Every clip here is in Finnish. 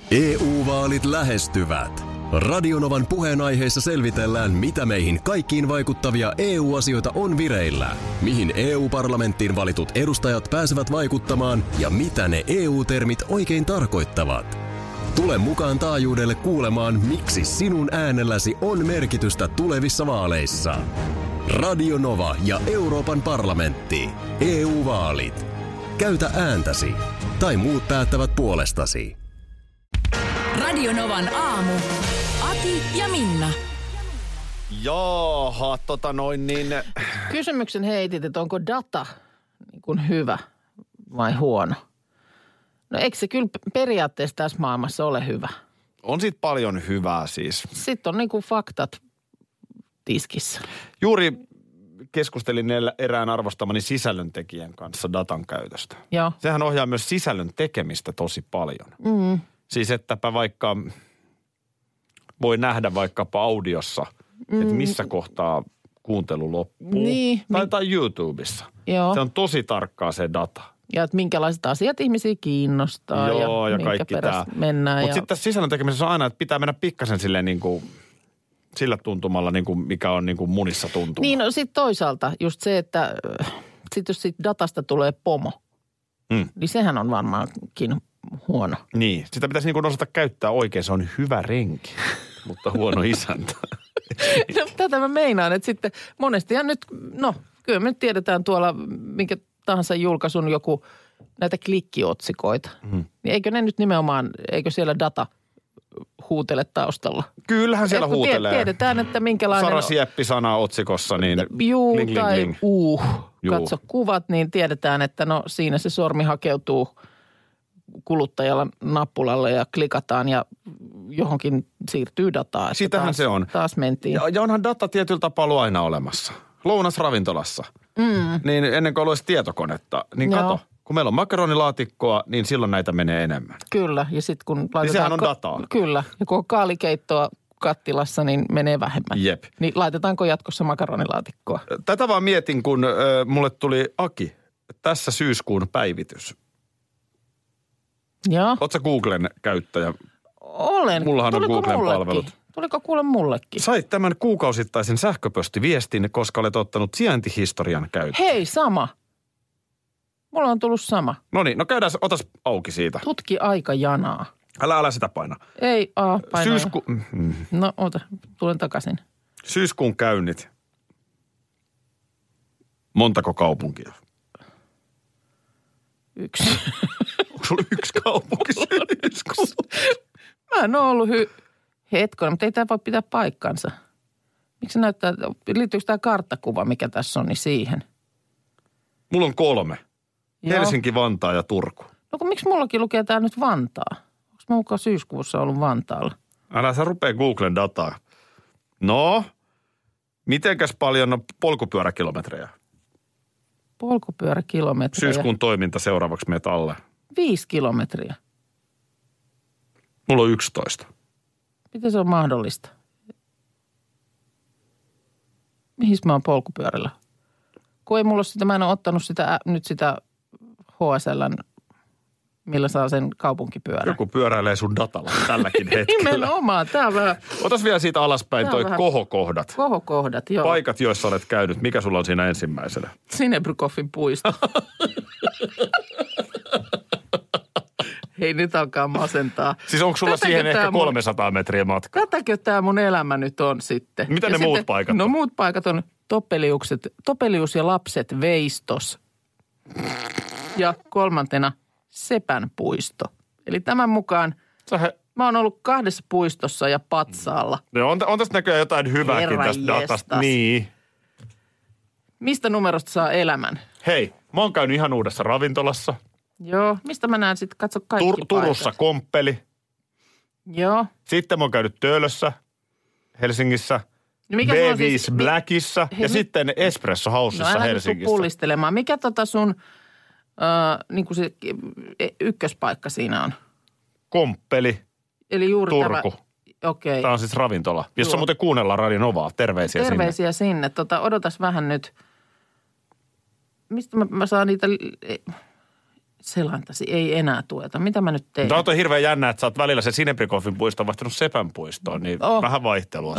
EU-vaalit lähestyvät. Radionovan puheenaiheessa selvitellään, mitä meihin kaikkiin vaikuttavia EU-asioita on vireillä, mihin EU-parlamenttiin valitut edustajat pääsevät vaikuttamaan ja mitä ne EU-termit oikein tarkoittavat. Tule mukaan taajuudelle kuulemaan, miksi sinun äänelläsi on merkitystä tulevissa vaaleissa. Radio Nova ja Euroopan parlamentti. EU-vaalit. Käytä ääntäsi. Tai muut päättävät puolestasi. Radio Novan aamu. Ati ja Minna. Jaaha, Kysymyksen heitit, että onko data niin kuin hyvä vai huono? No eikö se kyllä periaatteessa tässä maailmassa ole hyvä? On siitä paljon hyvää siis. Sitten on niin kuin faktat tiskissä. Juuri keskustelin erään arvostamani sisällöntekijän kanssa datan käytöstä. Joo. Sehän ohjaa myös sisällön tekemistä tosi paljon. Mm. Siis ettäpä vaikka voi nähdä vaikkapa audiossa, että missä kohtaa kuuntelu loppuu. Niin. Tai YouTubessa. Joo. Se on tosi tarkkaa se data. Ja että minkälaiset asiat ihmisiä kiinnostaa. Joo, ja minkä kaikki tämä. mennään. Mutta sitten tässä sisällön tekemisessä on aina, että pitää mennä pikkasen silleen niin kuin sillä tuntumalla, niin kuin mikä on niin kuin munissa tuntuma. Niin, no sitten toisaalta just se, että sit jos siitä datasta tulee pomo, niin sehän on varmaankin huono. Niin, sitä pitäisi niin kuin osata käyttää oikein. Se on hyvä renki, mutta huono isäntä. No tätä mä meinaan, että sitten monestihan nyt, no kyllä me nyt tiedetään tuolla minkä tahansa julkaisun joku näitä klikkiotsikoita. Niin eikö ne nyt nimenomaan, eikö siellä data huutele taustalla? Kyllähän siellä huutelee. Tiedetään, että minkälainen Sara Sieppi-sana otsikossa, niin juu, kling, kling, tai kling. Katso kuvat, niin tiedetään, että no siinä se sormi hakeutuu kuluttajalla nappulalle ja klikataan ja johonkin siirtyy dataa. Sitähän se on. Taas mentiin. Ja onhan data tietyllä tapaa ollut aina olemassa. Lounasravintolassa. Niin ennen kuin olisi tietokonetta, niin kato. Kun meillä on makaronilaatikkoa, niin silloin näitä menee enemmän. Kyllä, ja sitten kun laitetaan... Niin sehän on dataa. Kyllä, ja kun on kaalikeittoa kattilassa, niin menee vähemmän. Jep. Niin laitetaanko jatkossa makaronilaatikkoa? Tätä vaan mietin, kun mulle tuli Aki, tässä syyskuun päivitys. Joo. Ootko sä Googlen käyttäjä? Olen. Mullahan on Googlen palvelut. Tuliko kuule mullekin? Sait tämän kuukausittaisen sähköpostiviestin, koska olet ottanut sijaintihistorian käyttöön. Hei, sama. Mulla on tullut sama. Noniin, no käydään, otas auki siitä. Tutki aikajanaa. Älä sitä paina. Ei, paina. No, ota, tulen takaisin. Syyskuun käynnit. Montako kaupunkia? 1. Onko sulla 1 kaupunki syyskuussa? Mä en ole ollut hetkonen, mutta ei tämä voi pitää paikkansa. Miksi se näyttää, liittyykö tämä karttakuva, mikä tässä on, niin siihen? Mulla on 3. Joo. Helsinki, Vantaa ja Turku. No kun miksi mullakin lukee tää nyt Vantaa? Onko mä mukaan syyskuussa ollut Vantaalla? Älä sä rupee Googlen dataa. No, mitenkäs paljon on polkupyöräkilometrejä? Polkupyöräkilometrejä. Syyskuun toiminta seuraavaksi meet alle. 5 kilometriä. Mulla on 11. Miten se on mahdollista? Mihin mä oon polkupyörällä? Kun ei mulla ole sitä, mä en ole ottanut nyt sitä HSL:n, millä saa sen kaupunkipyörän. Joku pyöräilee sun datalla tälläkin hetkellä. Nimenomaan, tää on vähän... Otas vielä siitä alaspäin Tää toi vähän... kohokohdat. Kohokohdat, joo. Paikat, joissa olet käynyt. Mikä sulla on siinä ensimmäisenä? Sinebrykoffin puisto. Hei, nyt alkaa masentaa. Siis onko sulla siihen ehkä 300 metriä matkaa? Tätäkö tämä mun elämä nyt on sitten? Mitä ne muut paikat on? No muut paikat on Topelius ja lapset veistos. Ja 3. Sepän puisto. Eli tämän mukaan mä oon ollut 2 puistossa ja patsaalla. No on tästä näköjään jotain hyvääkin tästä datasta. Niin. Mistä numerosta saa elämän? Hei, mä oon käynyt ihan uudessa ravintolassa. Joo, mistä mä näen sitten? Katso kaikki paikat. Turussa Komppeli. Joo. Sitten mä oon käynyt Töölössä, Helsingissä, no B5 siis, Blackissa ja sitten Espresso Housessa Helsingissä. No älä pullistelemaan. Mikä sun niin kuin se ykköspaikka siinä on? Komppeli, eli juuri Turku. Okei. Tämä on siis ravintola, jossa muuten kuunnellaan Radio Novaa. Terveisiä Selantasi ei enää tueta. Mitä mä nyt teen? Tämä on hirveän jännä, että sä oot välillä se Sinebrikoffin puistoon vaihtanut Sepän puistoon, niin vähän vaihtelua.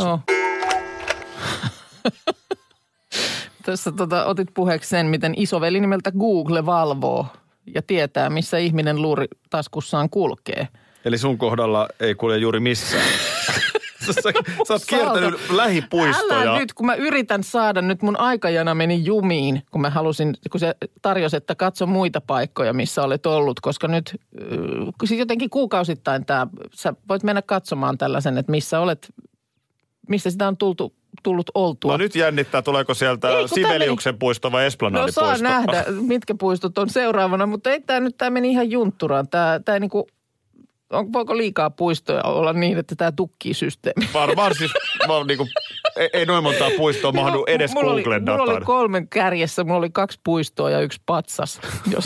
Tässä otit puheeksi sen, miten isoveli nimeltä Google valvoo ja tietää, missä ihminen luuri taskussaan kulkee. Eli sun kohdalla ei kulje juuri missään. Sä oot kiertänyt lähipuistoja. Älä nyt, kun mä yritän saada, nyt mun aikajana meni jumiin, kun se tarjosi, että katso muita paikkoja, missä olet ollut. Koska nyt jotenkin kuukausittain sä voit mennä katsomaan tällaisen, että missä sitä on tullut oltua. No nyt jännittää, tuleeko sieltä Sibeliuksen puisto vai Esplanadin puisto? puisto? No saa nähdä, mitkä puistot on seuraavana, mutta ei tämä meni ihan juntturaan. Tämä ei niinku... Voiko liikaa puistoja olla niin, että tämä tukkii systeemi? Varmaan siis, ei noin montaa puistoa mahdu edes Googlen dataan. Mulla oli 3 kärjessä, mulla oli 2 puistoa ja 1 patsas,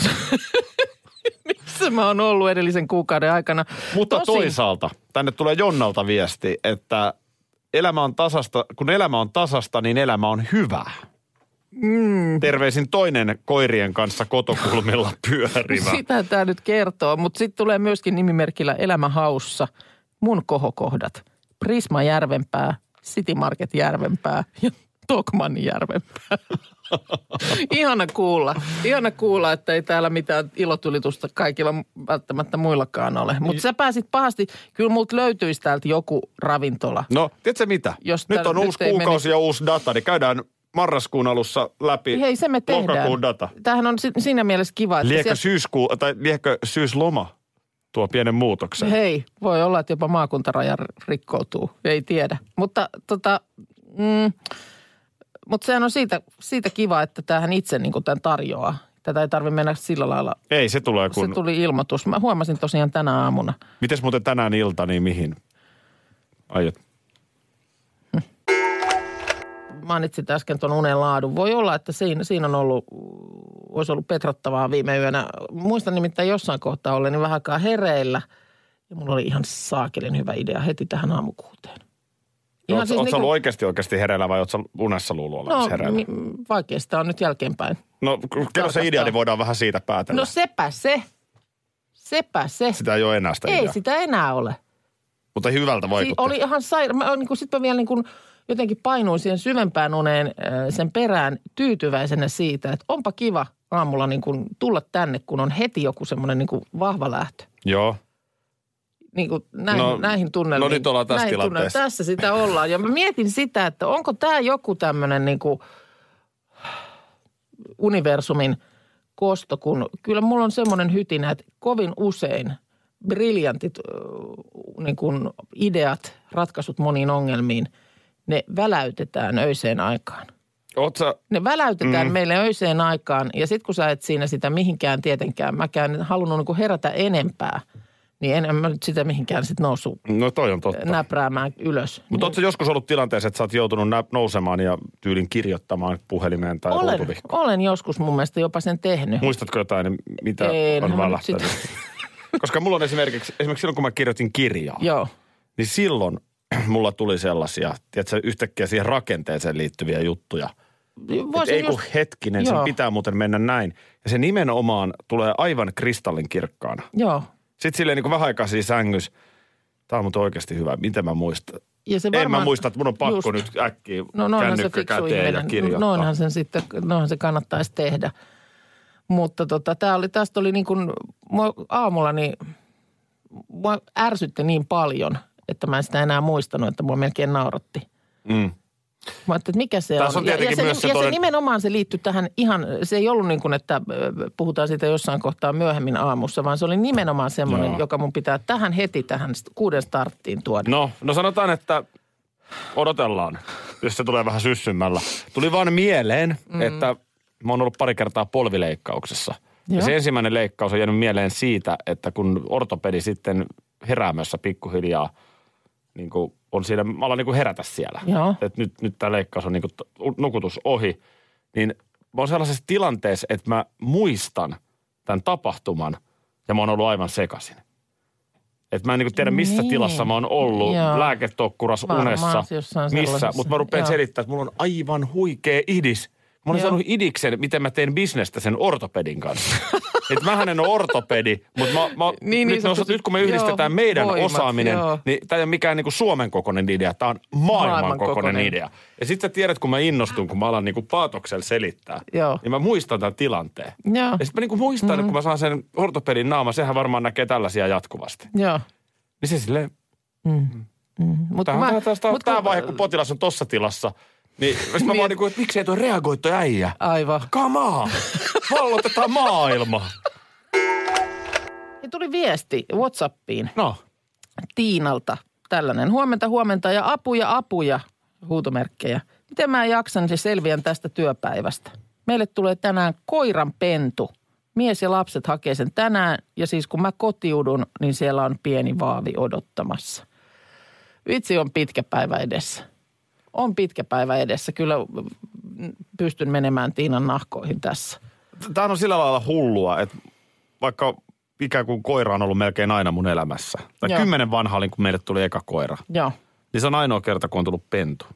missä mä oon ollut edellisen kuukauden aikana. Mutta toisaalta, tänne tulee Jonnalta viesti, että kun elämä on tasasta, niin elämä on hyvää. Terveisin toinen koirien kanssa kotokulmilla pyörivä. Sitä tämä nyt kertoo, mutta sitten tulee myöskin nimimerkillä Elämä haussa mun kohokohdat. Prisma Järvenpää, City Market Järvenpää ja Tokmanni Järvenpää. Ihana kuulla, että ei täällä mitään ilotulitusta kaikilla välttämättä muillakaan ole. Mutta sä pääsit pahasti, kyllä multa löytyisi täältä joku ravintola. No, tiedätkö mitä? Nyt on uusi kuukausi ja uusi data, niin käydään marraskuun alussa läpi. Hei, se me tehdään. Lokakuun data. Tämähän on siinä mielessä kiva, että... Liekö syysloma tuo pienen muutoksen? Hei, voi olla, että jopa maakuntaraja rikkoutuu. Ei tiedä. Mutta mutta sehän on siitä kiva, että tämähän itse niin kuin tämän tarjoaa. Tätä ei tarvitse mennä sillä lailla. Ei, se tulee kun... Se tuli ilmoitus. Mä huomasin tosiaan tänä aamuna. Mites muuten tänään ilta, niin mihin aiot? Mainitsit äsken tuon unen laadun. Voi olla, että siinä olisi ollut petrattavaa viime yönä. Muistan nimittäin jossain kohtaa olleni vähän aikaa hereillä. Ja mulla oli ihan saakelin hyvä idea heti tähän aamukuuteen. Oletko ollut oikeasti hereillä vai oletko unessa luullut olevasi hereillä? Vaikea sitä on nyt jälkeenpäin. No kerro se idea, niin voidaan vähän siitä päätellä. No sepä se. Sitä ei ole enää sitä ideaa. Ei sitä enää ole. Mutta hyvältä vaikutti. Oli ihan sitten mä vielä niin kuin jotenkin painuin siihen syvempään uneen sen perään tyytyväisenä siitä, että onpa kiva aamulla niin kuin tulla tänne, kun on heti joku semmoinen niin kuin vahva lähtö. Joo. Niin kuin näihin tunnelmiin. No nyt ollaan tässä tilanteessa. Tässä sitä ollaan. Ja mä mietin sitä, että onko tämä joku tämmöinen niin kuin universumin kosto, kun kyllä mulla on semmoinen hytinä, että kovin usein briljantit niin kuin ideat, ratkaisut moniin ongelmiin, ne väläytetään öiseen aikaan. Ne väläytetään meille öiseen aikaan ja sitten kun sä et siinä sitä mihinkään tietenkään, mäkään halunnut niin kuin herätä enempää, niin en mä nyt sitä mihinkään sitten noussut näpräämään ylös. Mutta ootko joskus ollut tilanteessa, että sä oot joutunut nousemaan ja tyylin kirjoittamaan puhelimeen tai ruutuvihkoon? Olen joskus mun mielestä jopa sen tehnyt. Muistatko jotain, mitä on välähtänyt? Koska mulla on esimerkiksi silloin, kun mä kirjoitin kirjaa, joo, niin silloin mulla tuli sellaisia, tiedätkö, yhtäkkiä siihen rakenteeseen liittyviä juttuja. Ei kun hetkinen, sen pitää muuten mennä näin. Ja se nimenomaan tulee aivan kristallinkirkkaana. Joo. Sitten silleen niin kuin vähän aikaa siinä sängys. Tämä on muuten oikeasti hyvä. Miten mä muistan? En mä muista, että mun on pakko nyt äkkiä kännykkä käteen ja kirjoittaa. Noinhan se kannattaisi tehdä. Mutta tästä oli niin kuin, aamulla niin, mua ärsytti niin paljon, että mä en sitä enää muistanut, että mua melkein nauratti. Mä ajattelin, että mikä se tässä on. Se nimenomaan se liittyi tähän ihan, se ei ollut niin kuin, että puhutaan siitä jossain kohtaa myöhemmin aamussa, vaan se oli nimenomaan semmoinen, joka mun pitää tähän 6 starttiin tuoda. No sanotaan, että odotellaan, jos se tulee vähän syssymmällä. Tuli vaan mieleen, että mä oon ollut pari kertaa polvileikkauksessa. Ja se ensimmäinen leikkaus on jäänyt mieleen siitä, että kun ortopedi sitten heräämässä pikkuhiljaa, niin kuin on siinä, mä alan niin kuin herätä siellä. Että nyt tämä leikkaus on niin kuin nukutus ohi. Niin mä oon sellaisessa tilanteessa, että mä muistan tämän tapahtuman ja mä oon ollut aivan sekaisin. Että mä en niin kuin tiedä, missä tilassa mä oon ollut, lääketokkuras unessa, missä. Mutta mä rupean selittämään, että mulla on aivan huikea idis, Mä olin saanut idiksen, miten mä teen bisnestä sen ortopedin kanssa. Että mähän en ole ortopedi, mutta nyt kun me yhdistetään meidän osaaminen, niin tämä ei ole mikään niinku Suomen kokoinen idea. Tämä on maailman kokoinen idea. Ja sitten sä tiedät, kun mä innostun, kun mä alan niinku paatoksella selittää, niin mä muistan tämän tilanteen. Joo. Ja sitten mä niinku muistan, että kun mä saan sen ortopedin naama, sehän varmaan näkee tällaisia jatkuvasti. Joo. Niin se silleen... Tämä vaihe, kun potilas on tossa tilassa, niin mä vaan niinku, että miksei toi reagoi toi äijä? Aivan. Come on! Vallotetaan maailma! Ja tuli viesti WhatsAppiin. No. Tiinalta tällainen. Huomenta ja apuja, huutomerkkejä. Miten mä jaksan ja selviän tästä työpäivästä? Meille tulee tänään koiranpentu. Mies ja lapset hakee sen tänään ja siis kun mä kotiudun, niin siellä on pieni vaavi odottamassa. Vitsi, on pitkä päivä edessä. On pitkä päivä edessä. Kyllä pystyn menemään Tiinan nahkoihin tässä. Tämä on sillä lailla hullua, että vaikka ikään kuin koira on ollut melkein aina mun elämässä. Tai 10 vanha olin, kun meille tuli eka koira. Joo. Niin se on ainoa kerta, kun on tullut pentu.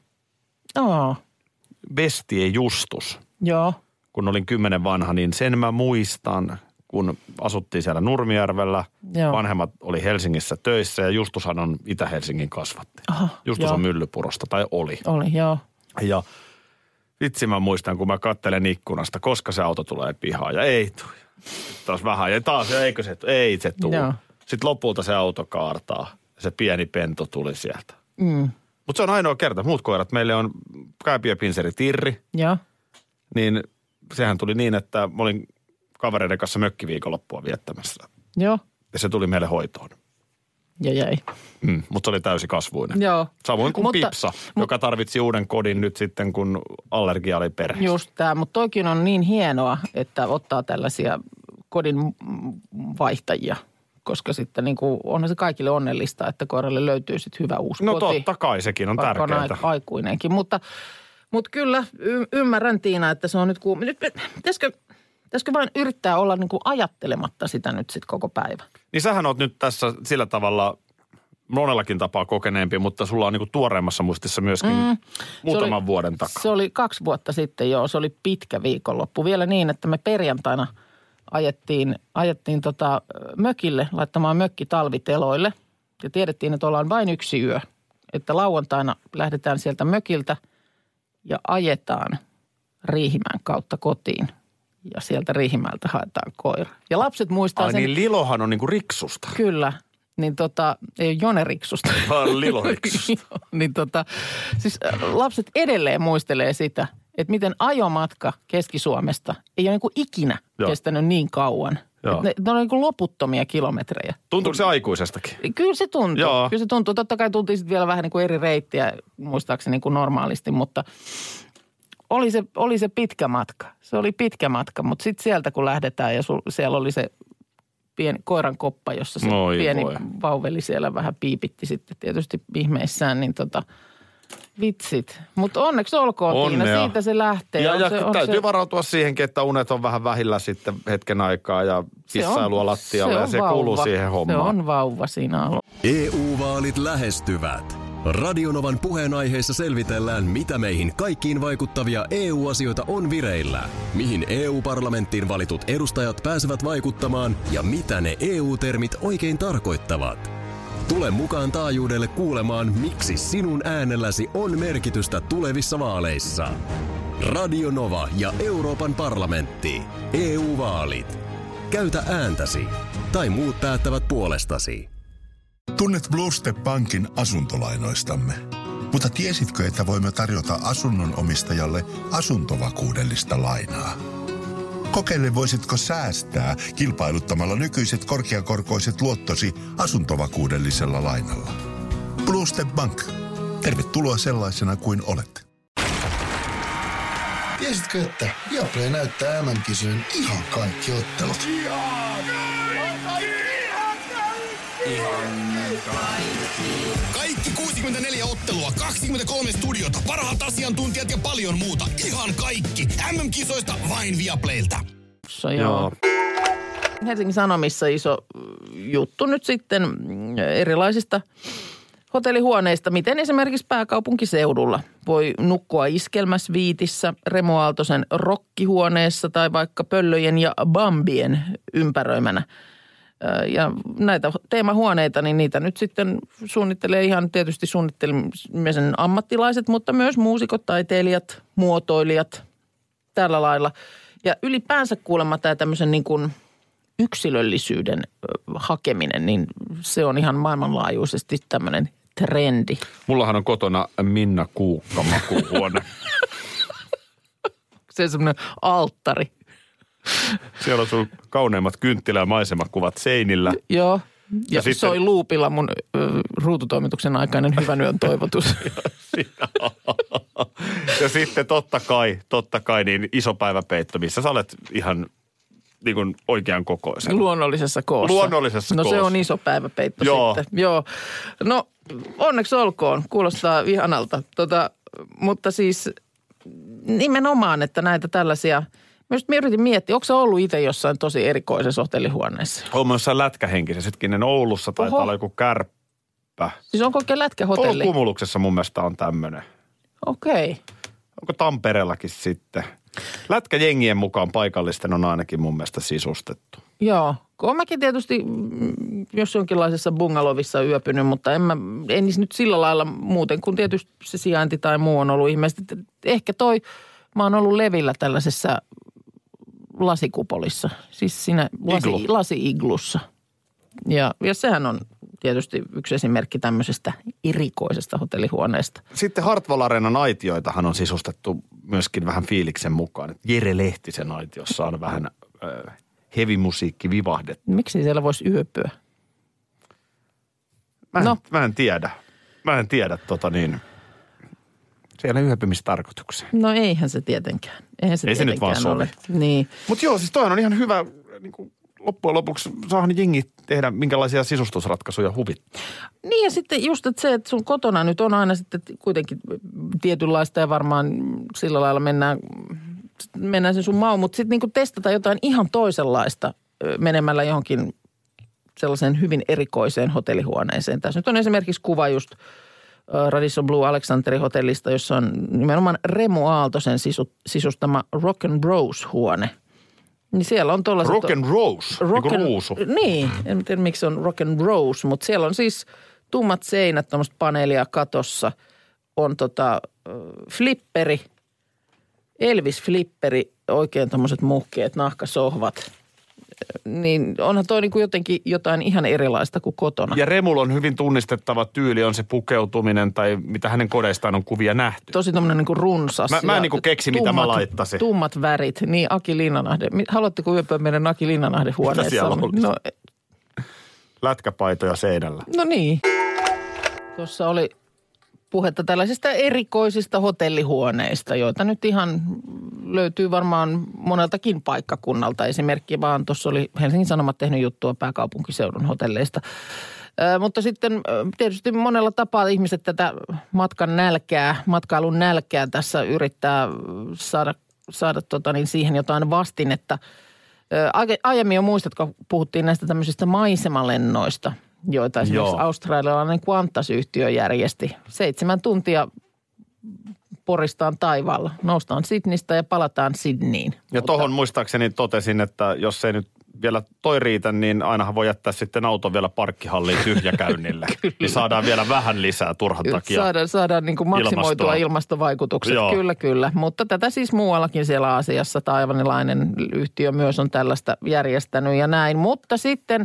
Bestie Justus. Joo. Kun olin 10 vanha, niin sen mä muistan, kun asuttiin siellä Nurmijärvellä. Joo. Vanhemmat oli Helsingissä töissä ja Justushan on Itä-Helsingin kasvatti. Justus on Myllypurosta, tai oli. Oli, joo. Ja vitsi mä muistan, kun mä katselen ikkunasta, koska se auto tulee pihaan ja ei tule. Taas vähän ja taas, ei se tule. Joo. Sitten lopulta se auto kaartaa ja se pieni pentu tuli sieltä. Mutta se on ainoa kerta. Muut koirat, meille on kääpiöpinseri Tirri. Joo. Niin sehän tuli niin, että mä olin kavereiden kanssa mökkiviikonloppua viettämässä. Joo. Ja se tuli meille hoitoon. Ja jäi. Mutta se oli täysi kasvuinen. Joo. Samoin kuin Pipsa, joka tarvitsi uuden kodin nyt sitten, kun allergia oli perheessä. Just tämä, mutta toikin on niin hienoa, että ottaa tällaisia kodin vaihtajia. Koska sitten niin kuin, onhan se kaikille onnellista, että koiralle löytyy sitten hyvä uusi koti. No totta kai, sekin on tärkeää. On aikuinenkin, mutta kyllä ymmärrän Tiina, että se on nyt nyt pitäisikö vain yrittää olla niin kuin ajattelematta sitä nyt sitten koko päivä? Niin sähän oot nyt tässä sillä tavalla monellakin tapaa kokeneempi, mutta sulla on niin kuin tuoreemmassa muistissa myöskin muutaman vuoden takaa. Se oli 2 vuotta sitten, joo. Se oli pitkä viikonloppu. Vielä niin, että me perjantaina ajettiin mökille laittamaan mökki talviteloille. Ja tiedettiin, että ollaan vain 1 yö. Että lauantaina lähdetään sieltä mökiltä ja ajetaan Riihimäen kautta kotiin. Ja sieltä Riihimäeltä haetaan koira. Ja lapset muistaa sen. Niin Lilohan on niinku Riksusta. Kyllä. Niin ei ole Jone Riksusta. Vaan Lilo Riksusta. Niin siis lapset edelleen muistelee sitä, että miten ajomatka Keski-Suomesta ei ole niinku ikinä kestänyt niin kauan. Ne on niinku loputtomia kilometrejä. Tuntuuko se aikuisestakin? Kyllä se tuntuu. Joo. Kyllä se tuntuu. Totta kai tuntiin sitten vielä vähän niin kuin eri reittiä, muistaakseni niin kuin normaalisti, mutta oli se pitkä matka. Se oli pitkä matka, mutta sitten sieltä kun lähdetään ja siellä oli se pieni koiran koppa, jossa se pieni vauveli siellä vähän piipitti sitten tietysti ihmeissään, niin vitsit. Mutta onneksi olkoon Tiina, siitä se lähtee. Ja täytyy varautua siihenkin, että unet on vähän vähillä sitten hetken aikaa ja kissailua lattialle ja se kuuluu siihen hommaan. Se on vauva siinä alla. EU-vaalit lähestyvät. Radionovan puheenaiheessa selvitellään, mitä meihin kaikkiin vaikuttavia EU-asioita on vireillä, mihin EU-parlamenttiin valitut edustajat pääsevät vaikuttamaan ja mitä ne EU-termit oikein tarkoittavat. Tule mukaan taajuudelle kuulemaan, miksi sinun äänelläsi on merkitystä tulevissa vaaleissa. Radio Nova ja Euroopan parlamentti. EU-vaalit. Käytä ääntäsi. Tai muut päättävät puolestasi. Tunnet Bluestep Bankin asuntolainoistamme. Mutta tiesitkö, että voimme tarjota asunnon omistajalle asuntovakuudellista lainaa? Kokeile, voisitko säästää kilpailuttamalla nykyiset korkeakorkoiset luottosi asuntovakuudellisella lainalla. Bluestep Bank. Tervetuloa sellaisena kuin olet. Tiesitkö, että Viaplay näyttää MM-kisojen ihan kaikki ottelut? Kaikki 64 ottelua, 23 studiota, parhaat asiantuntijat ja paljon muuta. Ihan kaikki. MM-kisoista vain Viaplaylta. Joo. Helsingin Sanomissa iso juttu nyt sitten erilaisista hotellihuoneista, miten esimerkiksi pääkaupunkiseudulla voi nukkua iskelmäsviitissä, Remu Aaltosen rokkihuoneessa tai vaikka Pöllöjen ja Bambien ympäröimänä. Ja näitä teemahuoneita, niin niitä nyt sitten suunnittelee ihan tietysti suunnittelemisen ammattilaiset, mutta myös muusikot, taiteilijat, muotoilijat, tällä lailla. Ja ylipäänsä kuulemma tämä tämmöisen niin kuin yksilöllisyyden hakeminen, niin se on ihan maailmanlaajuisesti tämmöinen trendi. Mullahan on kotona Minna Kuukka makuuhuone. Se on semmoinen alttari. Siellä on sun kauneimmat kynttilä- ja maisemakuvat seinillä. Joo, ja sitten soi luupilla mun ruututoimituksen aikainen hyvän yön toivotus. Ja sitten totta kai niin iso päiväpeitto, missä sä olet ihan niin kuin oikean kokoisen. Luonnollisessa koossa. Luonnollisessa no koossa. Se on iso päiväpeitto Joo. sitten. Joo. No onneksi olkoon, kuulostaa ihanalta. Mutta siis nimenomaan, että näitä tällaisia. Mä yritin miettiä, onko sä ollut itse jossain tosi erikoisessa hotellihuoneessa? Olen jossain lätkähenkisessäkin, Oulussa taitaa olla joku Kärppä. Siis onko oikein lätkähotelli? Kumuluksessa mun mielestä on tämmöinen. Okei. Onko Tampereellakin sitten? Lätkäjengien mukaan paikallisten on ainakin mun mielestä sisustettu. Joo. Olen mäkin tietysti jos jonkinlaisessa bungalovissa yöpynyt, mutta en nyt sillä lailla muuten, kun tietysti se sijainti tai muu on ollut ihmeellisesti. Ehkä mä oon ollut levillä tällaisessa lasikupolissa, siis siinä lasi-iglussa. Ja sehän on tietysti yksi esimerkki tämmöisestä erikoisesta hotellihuoneesta. Sitten Hartwall Areenan aitioitahan on sisustettu myöskin vähän fiiliksen mukaan. Jere Lehtisen aitiossa on vähän heavy-musiikki vivahdettu. Miksi siellä voisi yöpyä? Mä en tiedä. Siellä yöpymistarkoitukseen. No eihän se tietenkään. Ei se nyt vaan sovi. Niin. Mutta joo, siis toihan on ihan hyvä, niin kuin loppujen lopuksi saahan jengi tehdä minkälaisia sisustusratkaisuja huvittaa. Niin ja sitten just, että se, että sun kotona nyt on aina sitten kuitenkin tietynlaista ja varmaan sillä lailla mennään sen sun maun, mutta sitten niin testata jotain ihan toisenlaista menemällä johonkin sellaiseen hyvin erikoiseen hotellihuoneeseen. Tässä nyt on esimerkiksi kuva just Radisson Blu Alexanderin hotellista, jossa on nimenomaan Remu Aaltosen sisustama Rock and Rose-huone. Niin siellä on tuollaiset... Rock and Rose, niin kuin ruusu. Niin, en tiedä miksi on Rock and Rose, mutta siellä on siis tummat seinät, tuommoista paneelia katossa. On flipperi, Elvis-flipperi, oikein tuommoiset muhkeet nahkasohvat. Niin onhan toi niin kuin jotenkin jotain ihan erilaista kuin kotona. Ja Remulla on hyvin tunnistettava tyyli, on se pukeutuminen tai mitä hänen kodeistaan on kuvia nähty. Tosi tommoinen niin kuin runsas. Mä en niin kuin keksi, mitä mä laittaisin. Tummat värit. Niin, Aki Linnanahde. Haluatteko yöpyä meidän Aki Linnanahde huoneessa? Mitä siellä olisi? No, lätkäpaitoja seinällä. No niin. Tuossa oli puhetta tällaisista erikoisista hotellihuoneista, joita nyt ihan löytyy varmaan moneltakin paikkakunnalta. Esimerkki vaan tuossa oli Helsingin Sanomat tehnyt juttua pääkaupunkiseudun hotelleista. Mutta sitten tietysti monella tapaa ihmiset tätä matkailun nälkää tässä yrittää saada siihen jotain vastinetta. Aiemmin jo muistatko, puhuttiin näistä tämmöisistä maisemalennoista, joita esimerkiksi australialainen Qantas-yhtiö järjesti. 7 tuntia poristaan taivaalla. Noustaan Sydneystä ja palataan Sydneyin. Ja tohon muistaakseni totesin, että jos ei nyt vielä toi riitä, niin ainahan voi jättää sitten auton vielä parkkihalliin tyhjäkäynnille. Niin saadaan vielä vähän lisää turhan takia. Saadaan niin kuin maksimoitua ilmastovaikutukset. Joo. Kyllä. Mutta tätä siis muuallakin siellä Aasiassa taivanilainen yhtiö myös on tällaista järjestänyt ja näin. Mutta sitten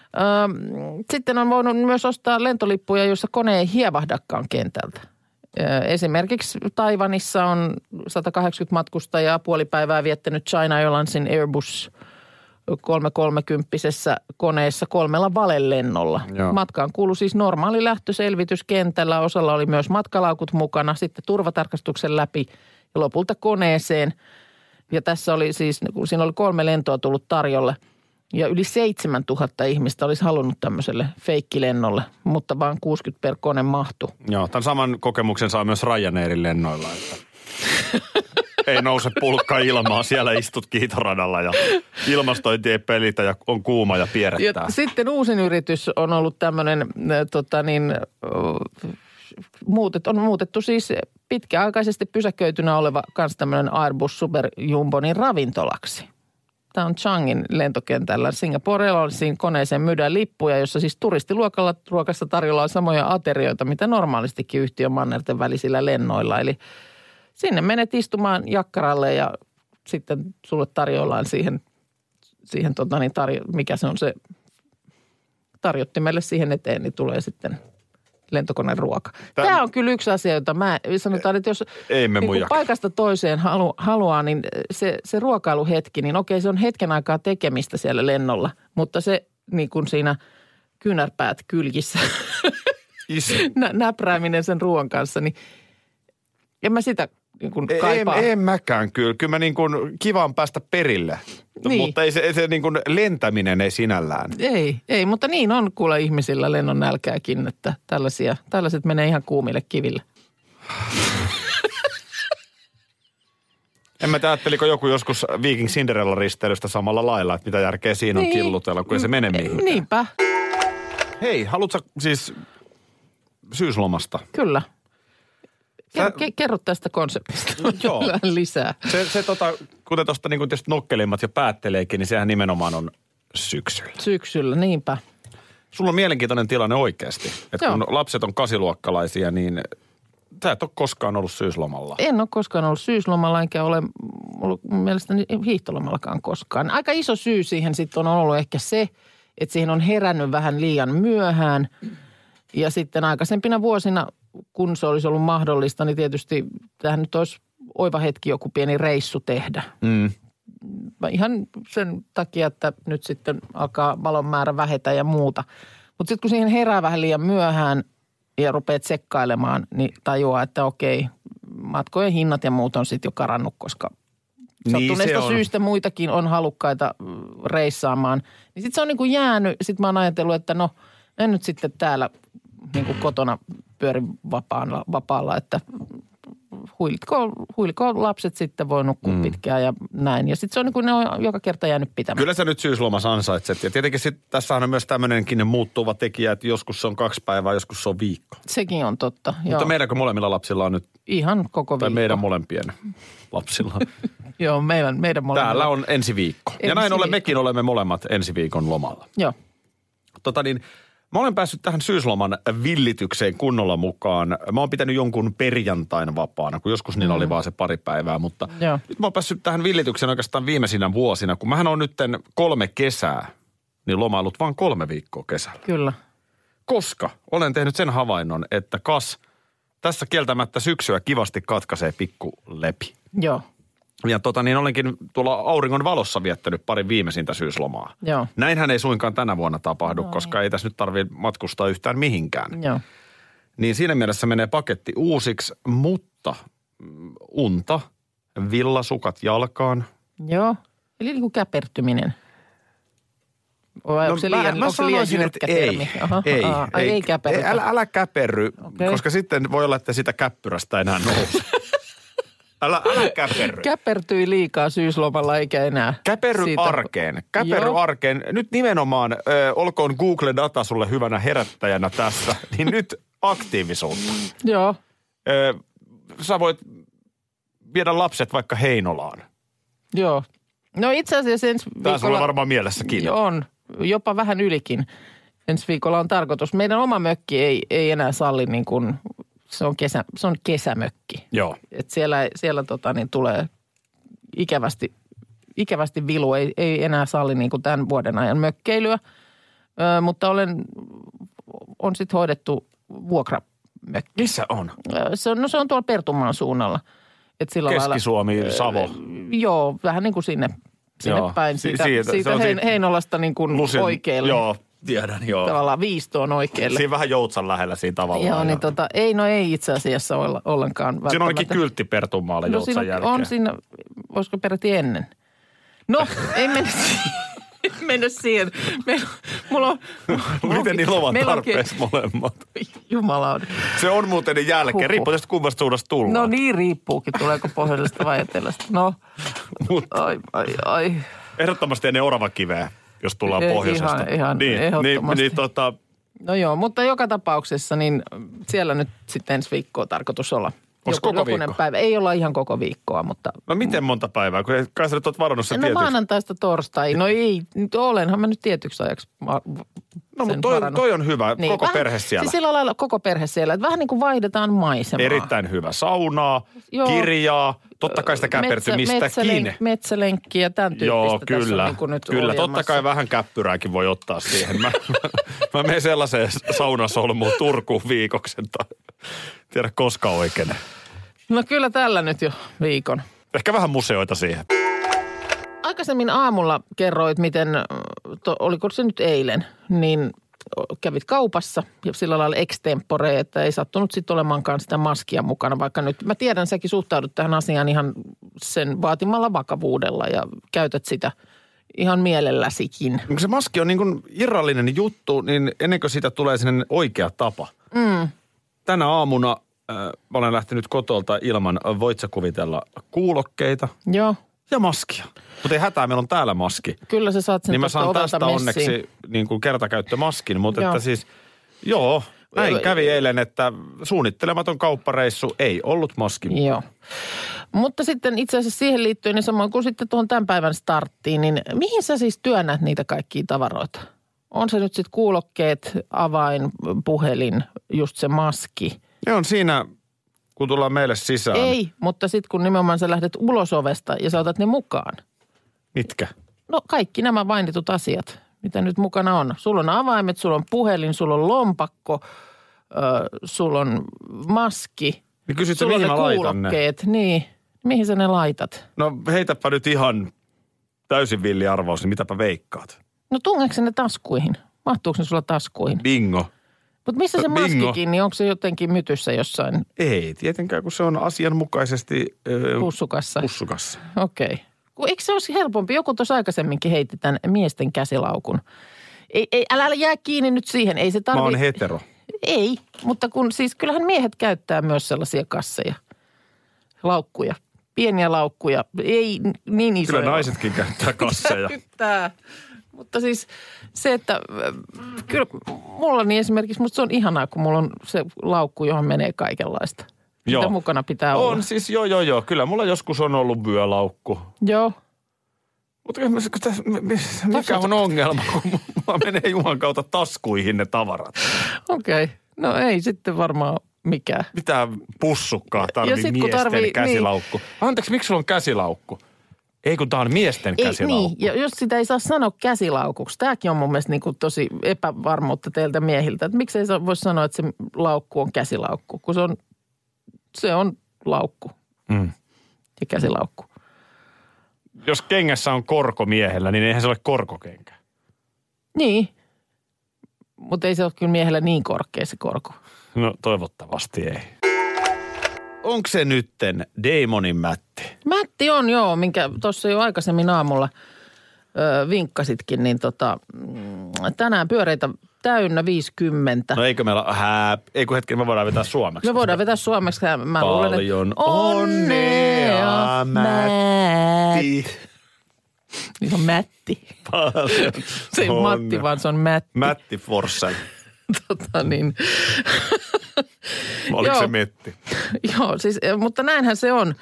on voinut myös ostaa lentolippuja, joissa kone ei hievahdakaan kentältä. Esimerkiksi Taiwanissa on 180 matkustajaa puolipäivää viettänyt China Airlinesin Airbus 330 koneessa 3 valelennolla. Joo. Matkaan kuului siis normaali lähtöselvitys kentällä. Osalla oli myös matkalaukut mukana, sitten turvatarkastuksen läpi ja lopulta koneeseen. Ja tässä oli siis, siinä oli 3 lentoa tullut tarjolle. Ja yli 7000 ihmistä olisi halunnut tämmöiselle feikkilennolle, mutta vain 60 per kone mahtui. Joo, tämän saman kokemuksen saa myös Ryanairin lennoilla. ei nouse pulkka ilmaa. Siellä istut kiitoradalla ja ilmastointi ei pelitä ja on kuuma ja pierrettää. Ja sitten uusin yritys on ollut tämmöinen, on muutettu siis pitkäaikaisesti pysäköitynä oleva kans tämmöinen Airbus Super Jumbo niin ravintolaksi. Tämä on Changin lentokentällä. Singaporelaisiin koneeseen myydään lippuja, jossa siis turistiluokassa tarjolla on samoja aterioita, mitä normaalistikin yhtiön mannerten välisillä lennoilla. Eli sinne menet istumaan jakkaralle ja sitten sulle tarjoillaan siihen mikä se on se tarjottimelle siihen eteen, niin tulee sitten lentokoneen ruoka. Tämä on kyllä yksi asia, jota mä sanotaan, että jos niin paikasta toiseen haluaa, niin se ruokailuhetki, niin okei, se on hetken aikaa tekemistä siellä lennolla, mutta se niin kuin siinä kynärpäät kyljissä näprääminen sen ruoan kanssa, niin en mä sitä niin kuin kaipaa. En mäkään kyllä. Kyllä mä niin kuin kivaan päästä perille. Niin. Mutta ei se niin kuin lentäminen ei sinällään. Ei, mutta niin on kuule ihmisillä lennon nälkääkin, että tällaiset menee ihan kuumille kiville. En mä ajatteliko joku joskus Viking Cinderella-risteilystä samalla lailla, että mitä järkeä siinä on killutella, kun ei se mene mihinkään. Niinpä. Hei, haluatko siis syyslomasta? Kyllä. Kerro tästä konseptista lisää. Kuten tuosta niin tietysti nokkelimmat jo päätteleekin, niin sehän nimenomaan on syksyllä. Syksyllä, niinpä. Sulla on mielenkiintoinen tilanne oikeasti. Että kun lapset on kasiluokkalaisia, niin sä et ole koskaan ollut syyslomalla. En ole koskaan ollut syyslomalla, enkä ole ollut mielestäni hiihtolomallakaan koskaan. Aika iso syy siihen sitten on ollut ehkä se, että siihen on herännyt vähän liian myöhään. Ja sitten aikaisempina vuosina, kun se olisi ollut mahdollista, niin tietysti tämähän nyt olisi oiva hetki joku pieni reissu tehdä. Ihan sen takia, että nyt sitten alkaa valon määrä vähetä ja muuta. Mutta sitten kun siihen herää vähän liian myöhään ja rupeat sekkailemaan, niin tajuaa, että okei, matkojen hinnat ja muut on sitten jo karannut, koska sattuneesta syystä muitakin on halukkaita reissaamaan. Niin sitten se on niin kuin jäänyt. Sitten mä oon ajatellut, että no en nyt sitten täällä niin kuin kotona pyörin vapaalla, että huilikoon lapset sitten voi nukkua pitkään ja näin. Ja sitten se on niin kuin ne on joka kerta jäänyt pitämään. Kyllä sä nyt syyslomassa ansaitset. Ja tietenkin sitten tässä on myös tämmöinenkin muuttuva tekijä, että joskus se on 2 päivää, joskus se on viikko. Sekin on totta, Mutta meidänkö molemmilla lapsilla on nyt? Ihan koko viikko. Tai meidän molempien lapsilla. Joo, meidän molemmilla. Täällä on ensi viikko. Ja näin ollen mekin olemme molemmat ensi viikon lomalla. Joo. Mä olen päässyt tähän syysloman villitykseen kunnolla mukaan. Mä oon pitänyt jonkun perjantain vapaana, kun joskus niillä oli vaan se 2 päivää. Mutta nyt mä oon päässyt tähän villitykseen oikeastaan viimeisinä vuosina. Kun mähän on nyt 3 kesää, niin lomaillut vaan 3 viikkoa kesällä. Kyllä. Koska olen tehnyt sen havainnon, että tässä kieltämättä syksyä kivasti katkaisee pikku lepi. Joo. Ja olenkin tuolla auringon valossa viettänyt 2 viimeisintä syyslomaa. Joo. Näinhän ei suinkaan tänä vuonna tapahdu, koska ei tässä nyt tarvitse matkustaa yhtään mihinkään. Joo. Niin siinä mielessä menee paketti uusiksi, mutta unta, villasukat jalkaan. Joo, eli niin kuin käpertyminen. Vai onko se liian jyrkkä termi? Ei käperry. Älä käperry, koska sitten voi olla, että sitä käppyrästä enää nousee. Älä käperry. Käpertyi liikaa syyslomalla eikä enää. Käperry arkeen. Nyt nimenomaan, olkoon Google-data sulle hyvänä herättäjänä tässä, niin nyt aktiivisuutta. Joo. Sä voit viedä lapset vaikka Heinolaan. Joo. No itse asiassa ensi viikolla... Tämä sulla varmaan mielessäkin. On, jopa vähän ylikin. Ensi viikolla on tarkoitus. Meidän oma mökki ei enää salli niin kuin... Se on kesämökki. Joo. Et siellä tulee ikävästi vilu. Ei enää salli niin kuin tämän vuoden ajan mökkeilyä. Mutta on sitten hoidettu vuokramökki. Missä on? Se on tuolla Pertunmaan suunnalla. Keski-Suomi, Savo. Joo, vähän niin kuin sinne päin. Siitä Heinolasta niin kuin oikealle. Joo. Tiedän, joo. Tavallaan viistoon oikealle. Siinä vähän Joutsan lähellä siinä tavallaan. Joo, niin ei itse asiassa ollenkaan välttämättä. Siinä on ainakin kyltti Pertunmaalle Joutsan jälkeen. On siinä, olisiko peräti ennen. No, ei mennä mennä siihen. Miten niillä ovat tarpeeksi molemmat? Jumalauta. Se on muuten jälkeen. Riippuu tästä kummasta suunnasta tullaan. No niin riippuukin, tuleeko pohjoisesta vai etelästä. No, ai. Ehdottomasti ennen Oravakiveä, jos tullaan pohjoisesta. Ihan ehdottomasti. Niin, No joo, mutta joka tapauksessa niin siellä nyt sitten ensi viikkoa tarkoitus olla. Onko koko viikko? Päivä. Ei olla ihan koko viikkoa, mutta... No miten monta päivää? Kun kai sä nyt oot varannut sen tietysti. Maanantaista torstai. No ei, olenhan mä nyt tietyksi ajaksi no mutta toi on hyvä. Niin, koko perhe siellä. Siis sillä lailla koko perhe siellä. Että vähän niin kuin vaihdetaan maisemaa. Erittäin hyvä. Saunaa, kirjaa, totta kai sitä käpertymistäkin. Metsälenkkiä ja tämän tyyppistä. Joo, kyllä. Tässä on niin kuin nyt kyllä. Totta kai vähän käppyrääkin voi ottaa siihen. Mä menen sellaiseen saunasolmuun Turkuun viikoksen tai tiedä koska oikein. No kyllä tällä nyt jo viikon. Ehkä vähän museoita siihen. Aikaisemmin aamulla kerroit, miten, oliko se nyt eilen, niin kävit kaupassa ja sillä lailla extempore, että ei sattunut sitten olemaankaan sitä maskia mukana, vaikka nyt mä tiedän, säkin suhtaudut tähän asiaan ihan sen vaatimalla vakavuudella ja käytät sitä ihan mielelläsikin. Se maski on niin kuin irrallinen juttu, niin ennen kuin siitä tulee sinne oikea tapa. Tänä aamuna mä olen lähtenyt kotolta ilman, voit sä kuvitella, kuulokkeita. Joo. Ja maskia. Mutta ei hätää, meillä on täällä maski. Kyllä sä saat sen niin mä saan tästä messiin. Onneksi niin kuin kertakäyttömaskin, mutta että siis, näin kävi eilen, että suunnittelematon kauppareissu ei ollut maski. Joo. Mutta sitten itse asiassa siihen liittyen, niin samoin kuin sitten tuohon tämän päivän starttiin, niin mihin sä siis työnnät niitä kaikkia tavaroita? On se nyt sitten kuulokkeet, avain, puhelin, just se maski? Ne on siinä, kun tullaan meille sisään. Ei, mutta sitten kun nimenomaan sä lähdet ulos ovesta ja sä otat ne mukaan. Mitkä? No kaikki nämä mainitut asiat, mitä nyt mukana on. Sulla on avaimet, sulla on puhelin, sulla on lompakko, sulla on maski. Niin kysyt sulla mihin on mä ne laitan kuulokkeet. Niin, mihin sä ne laitat? No heitäpä nyt ihan täysin villi arvaus, niin mitäpä veikkaat? No tungeeko se ne taskuihin? Mahtuuko ne sulla taskuihin? Bingo. Mutta missä se maskikin, niin onko se jotenkin mytyssä jossain? Ei, tietenkään, kun se on asianmukaisesti Pussukassa. Okei. Eikö se olisi helpompi? Joku tuossa aikaisemminkin heitti tämän miesten käsilaukun. Ei, älä jää kiinni nyt siihen. Ei se tarvitse. Mä oon hetero. Ei, mutta kun siis kyllähän miehet käyttää myös sellaisia kasseja, laukkuja, pieniä laukkuja. Ei niin isoja. Kyllä naisetkin käyttää kasseja. Käyttää. Mutta siis se, että kyllä mulla niin esimerkiksi, musta se on ihanaa, kun mulla on se laukku, johon menee kaikenlaista. Mitä mukana pitää olla. On siis, joo. Kyllä mulla joskus on ollut vyölaukku. Joo. Mutta mikä on ongelma, kun mulla menee Juhan kautta taskuihin ne tavarat? Okei. No ei sitten varmaan mikään. Mitä pussukkaa tarvii miesten käsilaukku? Niin. Anteeksi, miksi sulla on käsilaukku? Ei, kun tää on miesten käsilaukku. Niin, ja jos sitä ei saa sanoa käsilaukuksi. Tämäkin on mun mielestä niin kuin tosi epävarmuutta teiltä miehiltä. Että miksei voi sanoa, että se laukku on käsilaukku, kun se on laukku ja käsilaukku. Jos kengässä on korko miehellä, niin eihän se ole korkokenkä. Niin, mutta ei se ole kyllä miehellä niin korkea se korko. No toivottavasti ei. Onko se nytten Damonin Mätti? Mätti on joo, minkä tuossa jo aikaisemmin aamulla vinkkasitkin, niin tänään pyöreitä täynnä 50. No eikö meillä eikö hetken me voidaan vetää suomeksi? Me voidaan vetää suomeksi. Mä luulen, paljon onnea, Mätti. Niin on Mätti. Paljon se ei Matti, vaan se on Mätti. Mätti Forssell. Niin. Oliko se Metti? Joo, siis, mutta näinhän se on.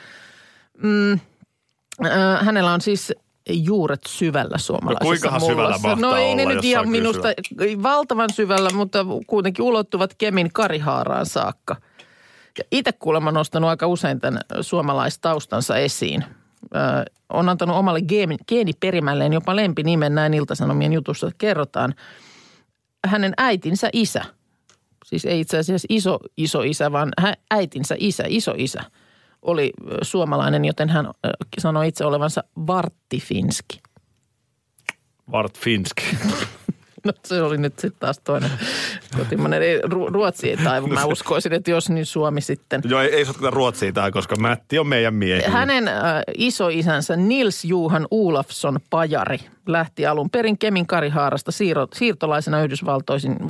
Hänellä on siis juuret syvällä suomalaisessa kuinkahan syvällä mahtaa no ei ne olla, nyt ihan minusta valtavan syvällä, mutta kuitenkin ulottuvat Kemin Karihaaraan saakka. Ja itse kuulemma nostanut aika usein tämän suomalaistaustansa esiin. On antanut omalle geeniperimälleen jopa lempinimen, näin Ilta-Sanomien jutussa kerrotaan. Hänen äitinsä isä, siis ei itse asiassa iso-isä, vaan äitinsä isä, iso-isä, oli suomalainen, joten hän sanoi itse olevansa Vartti Finski. Vart Finski. No se oli nyt sitten taas toinen kotimainen. Ruotsi ei taivu. Mä uskoisin, että jos niin Suomi sitten. Joo, ei sotketa Ruotsia tähän, koska Mätti on meidän miehiä. Hänen isoisänsä Nils Johan Olafsson Pajari lähti alun perin Kemin Karihaarasta siirtolaisena Yhdysvaltoihin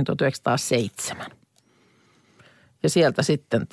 1907. Ja sieltä sitten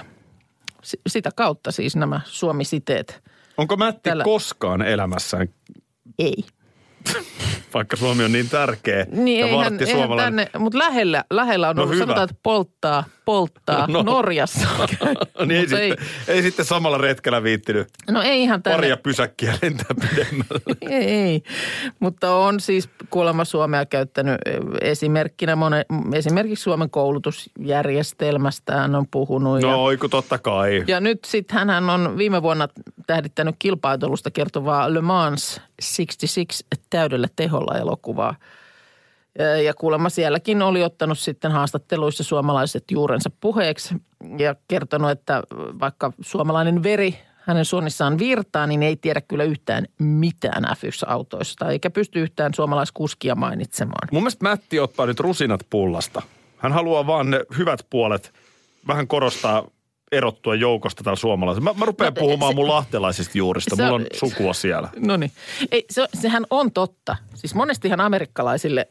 sitä kautta siis nämä Suomi-siteet. Onko Mätti koskaan elämässään? Ei. Vaikka Suomi on niin tärkeä niin ja vartti suomalainen. Mutta lähellä on ollut, sanotaan, että polttaa Norjassa. Niin ei sitten samalla retkellä viittinyt ei ihan tänne. Paria pysäkkiä lentää pidemmällä. ei, mutta on siis kuulemma Suomea käyttänyt esimerkkinä esimerkiksi Suomen koulutusjärjestelmästä hän on puhunut. No oiku totta kai. Ja nyt sitten hän on viime vuonna tähdittänyt kilpailusta kertovaa Le Mans 66 täydellä teholla elokuvaa. Ja kuulemma sielläkin oli ottanut sitten haastatteluissa suomalaiset juurensa puheeksi ja kertonut, että vaikka suomalainen veri hänen suonnissaan virtaa, niin ei tiedä kyllä yhtään mitään F1-autoista, eikä pysty yhtään suomalaiskuskia mainitsemaan. Mun mielestä Mätti ottaa nyt rusinat pullasta. Hän haluaa vaan ne hyvät puolet vähän korostaa erottua joukosta täällä suomalaisella. Mä rupean puhumaan mun lahtelaisista juurista. Mulla on sukua siellä. No niin. Sehän on totta. Siis monestihan amerikkalaisille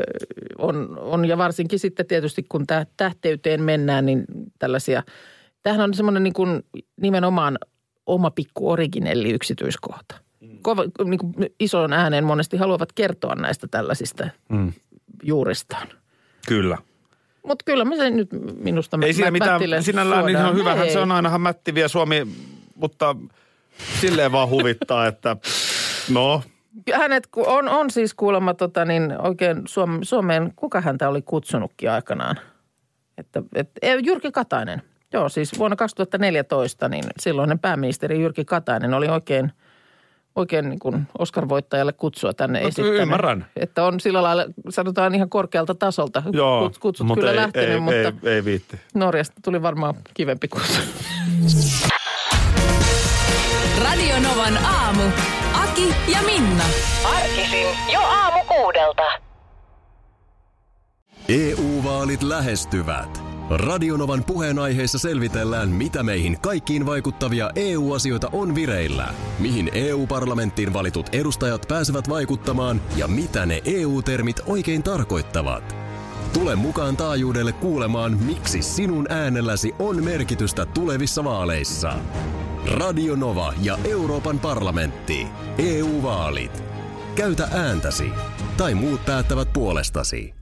on, ja varsinkin sitten tietysti kun tähteyteen mennään, niin tällaisia. Tämähän on semmoinen niin kuin nimenomaan oma pikku originelli yksityiskohta. Niin kuin ison ääneen monesti haluavat kertoa näistä tällaisista juuristaan. Kyllä. Mutta kyllä me se nyt minusta ei siinä mitään, sinällään niin on hyvähän se on ainahan Mätti vie Suomi, mutta silleen vaan huvittaa, että no. Hänet on siis kuulemma oikein Suomeen, kuka häntä oli kutsunutkin aikanaan? Jyrki Katainen. Joo, siis vuonna 2014 niin silloinen pääministeri Jyrki Katainen oli oikein niin kuin Oscar-voittajalle kutsua tänne esittänyt. Ymmärrän. Että on sillä lailla, sanotaan ihan korkealta tasolta. Joo, kutsut kyllä ei, lähtenyt, mutta ei viitti. Norjasta tuli varmaan kivempi kutsu. Radio Novan aamu. Aki ja Minna. Arkisin jo 6:00. EU-vaalit lähestyvät. Radionovan puheenaiheessa selvitellään, mitä meihin kaikkiin vaikuttavia EU-asioita on vireillä, mihin EU-parlamenttiin valitut edustajat pääsevät vaikuttamaan ja mitä ne EU-termit oikein tarkoittavat. Tule mukaan taajuudelle kuulemaan, miksi sinun äänelläsi on merkitystä tulevissa vaaleissa. Radio Nova ja Euroopan parlamentti. EU-vaalit. Käytä ääntäsi. Tai muut päättävät puolestasi.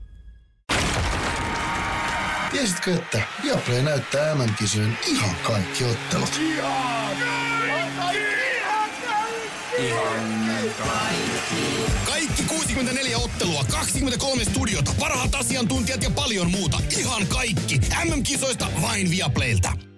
Tiesitkö, että Viaplay näyttää MM-kisojen ihan kaikki ottelut? Kaikki 64 ottelua, 23 studiota, parhaat asiantuntijat ja paljon muuta. Ihan kaikki. MM-kisoista vain Viaplaylta.